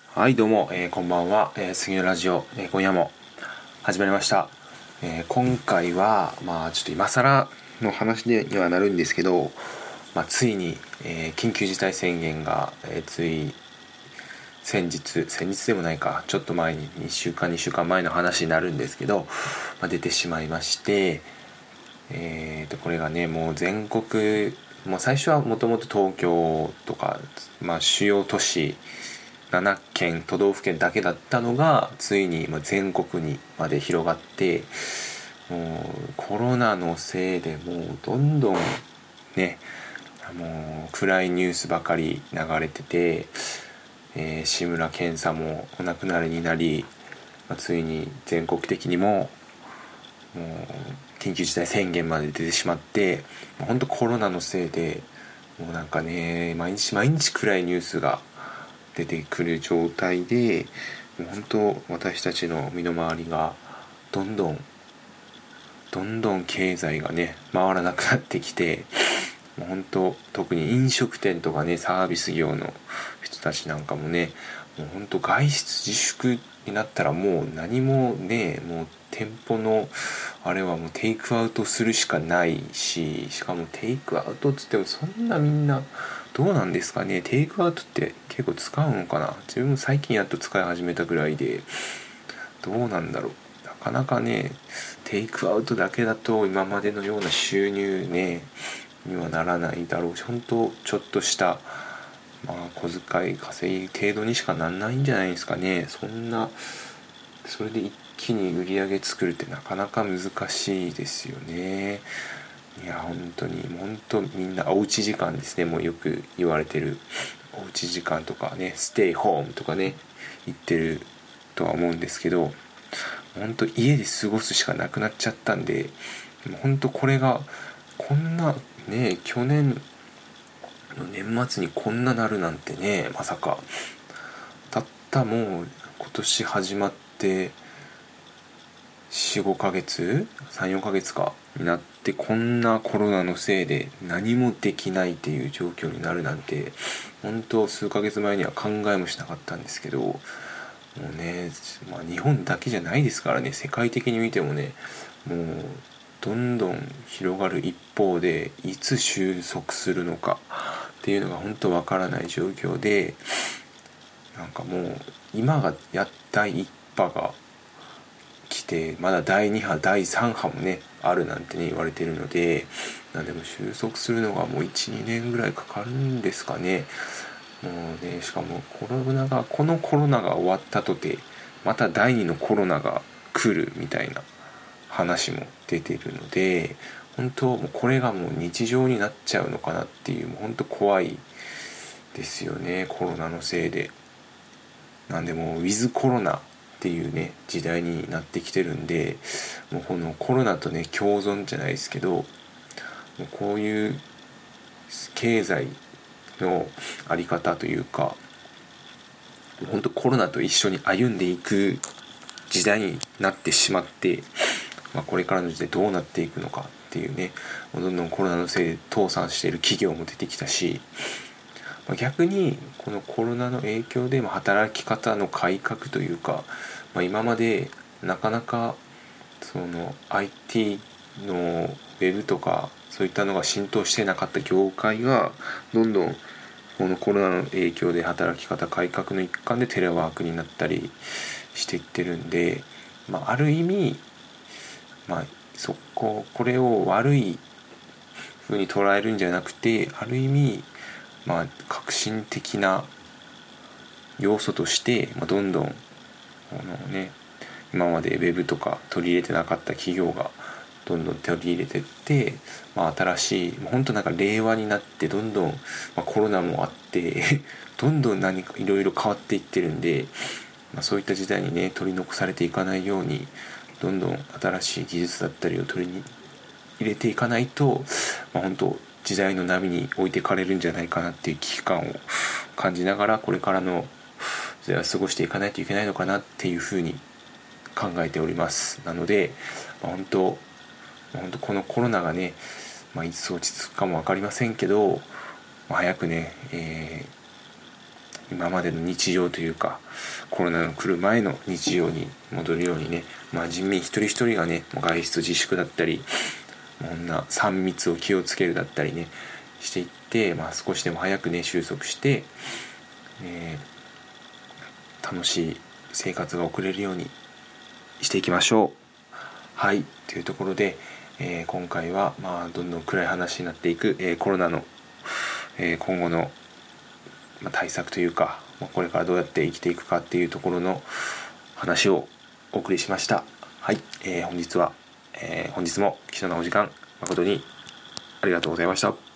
はいどうも、こんばんは、杉のラジオ、今夜も始まりました。今回はちょっと今更の話にはなるんですけど、ついに、緊急事態宣言が、つい先日でもないか、ちょっと前に2週間前の話になるんですけど、出てしまいまして、これがねもう全国、もう最初はもともと東京とか、主要都市7県都道府県だけだったのがついに全国にまで広がって、もうコロナのせいでもうどんどんね、もう暗いニュースばかり流れてて、志村けんさんもお亡くなりになり、ついに全国的にももう緊急事態宣言まで出てしまって、本当コロナのせいでもうなんかね毎日毎日暗いニュースが出てくる状態で、もう本当私たちの身の回りがどんどん経済がね回らなくなってきて、もう本当特に飲食店とかねサービス業の人たちなんかもね、もう本当外出自粛になったらもう何もね、もう店舗のあれはもうテイクアウトするしかないし、しかもテイクアウトっつってもそんなみんなどうなんですかね。テイクアウトって結構使うのかな。自分も最近やっと使い始めたぐらいで、どうなんだろう。なかなかねテイクアウトだけだと今までのような収入ねにはならないだろうし、本当ちょっとした小遣い稼ぎ程度にしかなんないんじゃないですかね。それで一気に売り上げ作るってなかなか難しいですよね。いや本当みんなおうち時間ですね。もうよく言われてるおうち時間とかね、ステイホームとかね言ってるとは思うんですけど、本当家で過ごすしかなくなっちゃったんで、本当これがこんなね、去年の年末にこんななるなんてね、まさか。たったもう今年始まって4、5ヶ月 ?3、4ヶ月かになって、こんなコロナのせいで何もできないっていう状況になるなんて、本当数ヶ月前には考えもしなかったんですけど、もうね、日本だけじゃないですからね、世界的に見てもね、もうどんどん広がる一方で、いつ収束するのかっていうのが本当わからない状況で、なんかもう今が第1波が来て、まだ第2波第3波もねあるなんてね言われてるので、でも収束するのがもう 1,2 年ぐらいかかるんですかね。もうね、しかもこのコロナが終わったとてまた第2のコロナが来るみたいな話も出てるので、本当もうこれがもう日常になっちゃうのかなっていう、もう本当怖いですよね、コロナのせいで。なんでもうウィズコロナっていうね時代になってきてるんで、もうこのコロナとね共存じゃないですけど、もうこういう経済のあり方というか、本当コロナと一緒に歩んでいく時代になってしまって、これからの時代どうなっていくのかっていうね、どんどんコロナのせいで倒産している企業も出てきたし、逆にこのコロナの影響で働き方の改革というか、今までなかなかその IT のウェブとかそういったのが浸透してなかった業界がどんどんこのコロナの影響で働き方改革の一環でテレワークになったりしていってるんで、ある意味、まあ、これを悪い風に捉えるんじゃなくて、ある意味革新的な要素として、どんどん今までウェブとか取り入れてなかった企業がどんどん取り入れてって、新しい本当なんか令和になってどんどん、コロナもあってどんどん何かいろいろ変わっていってるんで、そういった時代にね取り残されていかないように、どんどん新しい技術だったりを取りに入れていかないと、本当時代の波に置いてかれるんじゃないかなっていう危機感を感じながら、これからの時代は過ごしていかないといけないのかなっていうふうに考えております。なので、本当このコロナがね、いつ落ち着くかも分かりませんけど、早くね、 今までの日常というか、コロナの来る前の日常に戻るようにね、人民一人一人がね、もう外出自粛だったり、こんな3密を気をつけるだったりねしていって、少しでも早くね収束して、楽しい生活が送れるようにしていきましょう。はい、というところで、今回はどんどん暗い話になっていく、コロナの、今後の、対策というか、これからどうやって生きていくかっていうところの話をお送りしました。はい、本日も貴重なお時間誠にありがとうございました。